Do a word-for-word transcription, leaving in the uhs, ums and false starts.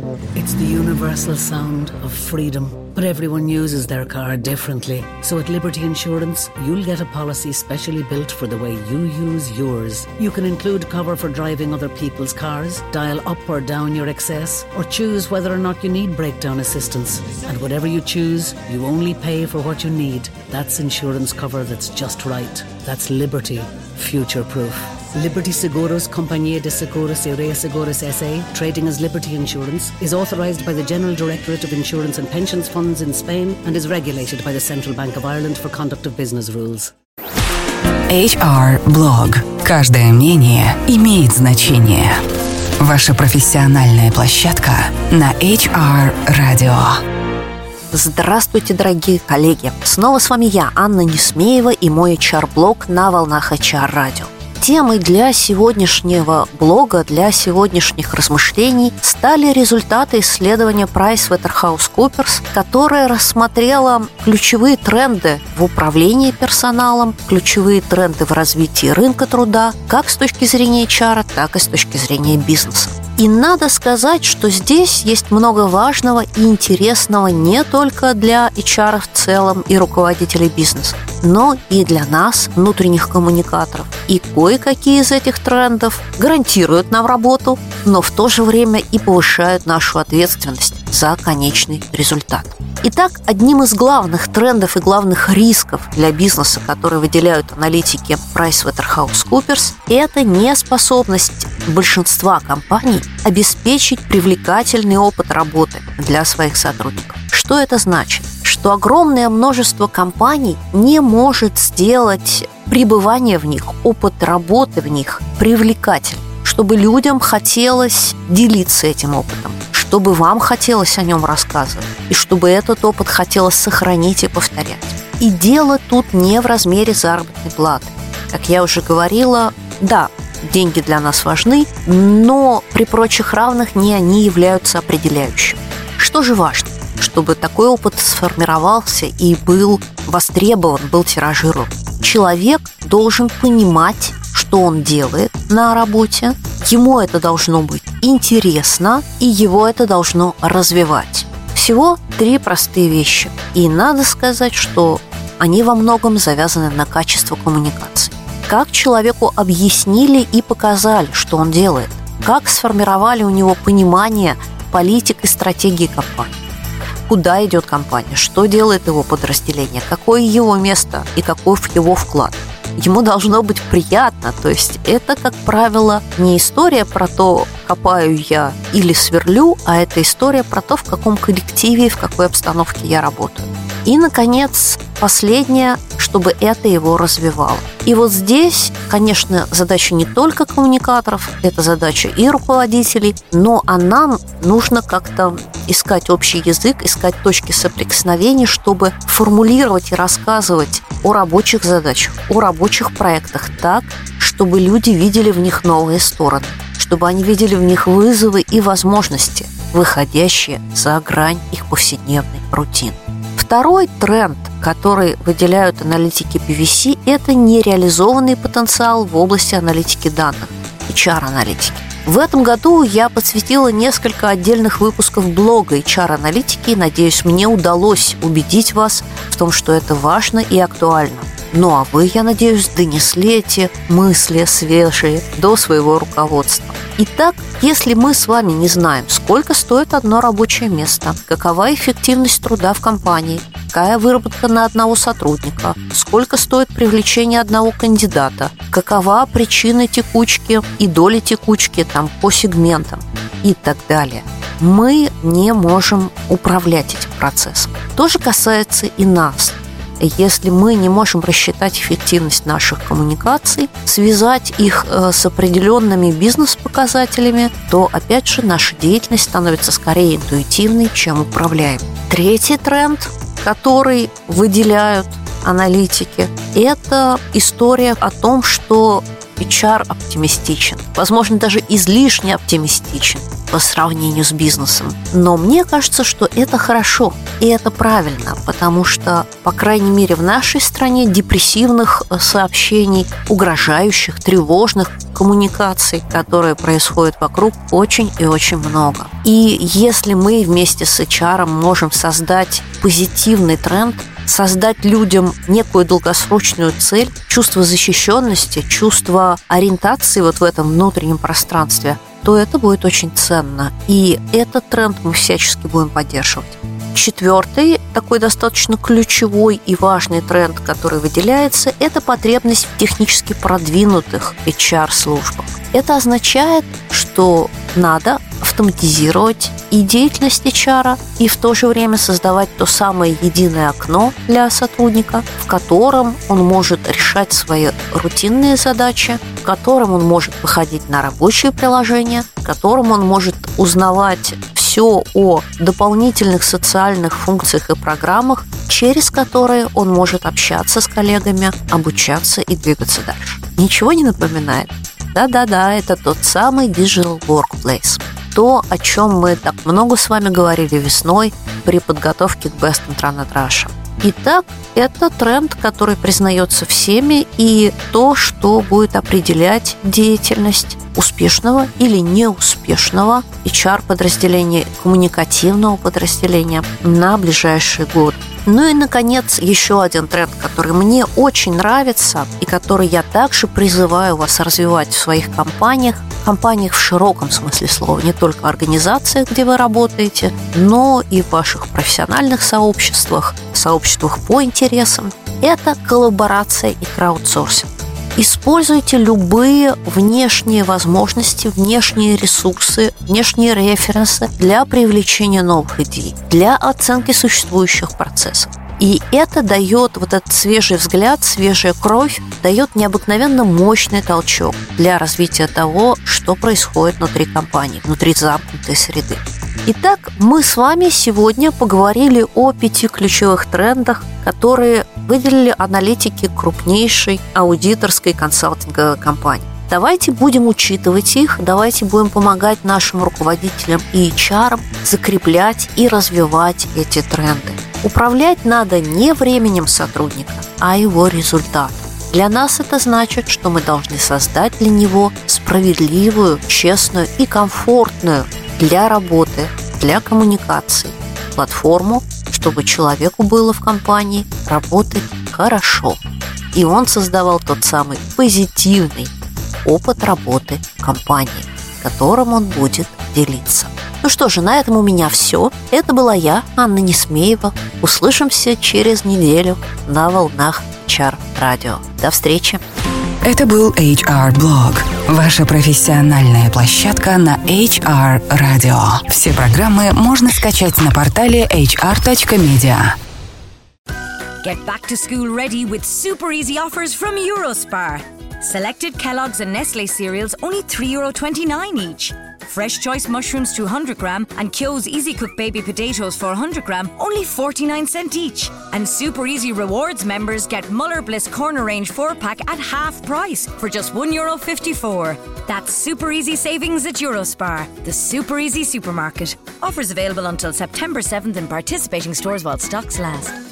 It's the universal sound of freedom. But everyone uses their car differently. So at Liberty Insurance, you'll get a policy specially built for the way you use yours. You can include cover for driving other people's cars, dial up or down your excess, or choose whether or not you need breakdown assistance. And whatever you choose, you only pay for what you need. That's insurance cover that's just right. That's Liberty. Future-proof. Liberty Seguros Compañía de Seguros y Reaseguros S A, trading as Liberty Insurance, is authorised by the General Directorate of Insurance and Pensions Funds in Spain and is regulated by the Central Bank of Ireland for conduct of business rules. эйч ар-блог. Каждое мнение имеет значение. Ваша профессиональная площадка на эйч ар-радио. Здравствуйте, дорогие коллеги! Снова с вами я, Анна Несмеева, и мой эйч ар-блог на волнах эйч ар-радио. Темой для сегодняшнего блога, для сегодняшних размышлений стали результаты исследования PricewaterhouseCoopers, которое рассмотрело ключевые тренды в управлении персоналом, ключевые тренды в развитии рынка труда, как с точки зрения эйч ар, так и с точки зрения бизнеса. И надо сказать, что здесь есть много важного и интересного не только для эйч ар в целом и руководителей бизнеса, но и для нас, внутренних коммуникаторов. И кое-какие из этих трендов гарантируют нам работу, но в то же время и повышают нашу ответственность за конечный результат. Итак, одним из главных трендов и главных рисков для бизнеса, которые выделяют аналитики PricewaterhouseCoopers, это неспособность большинства компаний обеспечить привлекательный опыт работы для своих сотрудников. Что это значит? Что огромное множество компаний не может сделать пребывание в них, опыт работы в них привлекательным, чтобы людям хотелось делиться этим опытом, чтобы вам хотелось о нем рассказывать, и чтобы этот опыт хотелось сохранить и повторять. И дело тут не в размере заработной платы. Как я уже говорила, да, деньги для нас важны, но при прочих равных не они являются определяющим. Что же важно? Чтобы такой опыт сформировался и был востребован, был тиражирован. Человек должен понимать, что он делает на работе, ему это должно быть интересно, и его это должно развивать. Всего три простые вещи. И надо сказать, что они во многом завязаны на качество коммуникации. Как человеку объяснили и показали, что он делает, как сформировали у него понимание политик и стратегии компании, куда идет компания, что делает его подразделение, какое его место и каков его вклад. Ему должно быть приятно, то есть это, как правило, не история про то, копаю я или сверлю, а это история про то, в каком коллективе и в какой обстановке я работаю. И, наконец, последнее, чтобы это его развивало. И вот здесь, конечно, задача не только коммуникаторов, это задача и руководителей, но а нам нужно как-то искать общий язык, искать точки соприкосновения, чтобы формулировать и рассказывать о рабочих задачах, о рабочих проектах так, чтобы люди видели в них новые стороны, чтобы они видели в них вызовы и возможности, выходящие за грань их повседневной рутины. Второй тренд, который выделяют аналитики пи ви си, это нереализованный потенциал в области аналитики данных, эйч ар-аналитики. В этом году я посвятила несколько отдельных выпусков блога эйч ар-аналитики, и, надеюсь, мне удалось убедить вас в том, что это важно и актуально. Ну а вы, я надеюсь, донесли эти мысли свежие до своего руководства. Итак, если мы с вами не знаем, сколько стоит одно рабочее место, какова эффективность труда в компании, какая выработка на одного сотрудника, сколько стоит привлечение одного кандидата, какова причина текучки и доли текучки там, по сегментам и так далее, мы не можем управлять этим процессом. То же касается и нас. Если мы не можем рассчитать эффективность наших коммуникаций, связать их с определенными бизнес-показателями, то, опять же, наша деятельность становится скорее интуитивной, чем управляемой. Третий тренд, который выделяют аналитики, это история о том, что эйч ар оптимистичен, возможно, даже излишне оптимистичен по сравнению с бизнесом. Но мне кажется, что это хорошо, и это правильно, потому что, по крайней мере, в нашей стране депрессивных сообщений, угрожающих, тревожных коммуникаций, которые происходят вокруг, очень и очень много. И если мы вместе с эйч ар можем создать позитивный тренд, создать людям некую долгосрочную цель, чувство защищенности, чувство ориентации вот в этом внутреннем пространстве, то это будет очень ценно. И этот тренд мы всячески будем поддерживать. Четвертый, такой достаточно ключевой и важный тренд, который выделяется, это потребность в технически продвинутых эйч ар-службах. Это означает, что надо автоматизировать и деятельность эйч ар, и в то же время создавать то самое единое окно для сотрудника, в котором он может решать свои рутинные задачи, в котором он может выходить на рабочие приложения, в котором он может узнавать все о дополнительных социальных функциях и программах, через которые он может общаться с коллегами, обучаться и двигаться дальше. Ничего не напоминает? Да-да-да, это тот самый Digital Workplace. То, о чем мы так много с вами говорили весной при подготовке к Best Intranet Russia. Итак, это тренд, который признается всеми, и то, что будет определять деятельность успешного или неуспешного эйч ар-подразделения, коммуникативного подразделения на ближайший год. Ну и, наконец, еще один тренд, который мне очень нравится и который я также призываю вас развивать в своих компаниях, компаниях в широком смысле слова, не только организациях, где вы работаете, но и в ваших профессиональных сообществах, сообществах по интересам, это коллаборация и краудсорсинг. Используйте любые внешние возможности, внешние ресурсы, внешние референсы для привлечения новых идей, для оценки существующих процессов. И это дает, вот этот свежий взгляд, свежая кровь, дает необыкновенно мощный толчок для развития того, что происходит внутри компании, внутри замкнутой среды. Итак, мы с вами сегодня поговорили о пяти ключевых трендах, которые выделили аналитики крупнейшей аудиторской консалтинговой компании. Давайте будем учитывать их, давайте будем помогать нашим руководителям и эйч ар закреплять и развивать эти тренды. Управлять надо не временем сотрудника, а его результатом. Для нас это значит, что мы должны создать для него справедливую, честную и комфортную для работы, для коммуникаций платформу, чтобы человеку было в компании работать хорошо. И он создавал тот самый позитивный опыт работы в компании, которым он будет делиться. Ну что же, на этом у меня все. Это была я, Анна Несмеева. Услышимся через неделю на волнах эйч ар Радио. До встречи. Это был эйч ар-блог, ваша профессиональная площадка на эйч ар Радио. Все программы можно скачать на портале эйч ар точка медиа. Get back to school ready with super easy offers from Eurospar. Selected Kellogg's and Nestle cereals only three euro twenty-nine each. Fresh Choice Mushrooms two hundred gram and Kyo's Easy Cook Baby Potatoes four hundred gram, only forty-nine cent each. And Super Easy Rewards members get Muller Bliss Corner Range four pack at half price for just one euro fifty-four. That's Super Easy savings at Eurospar, the Super Easy supermarket. Offers available until September seventh in participating stores while stocks last.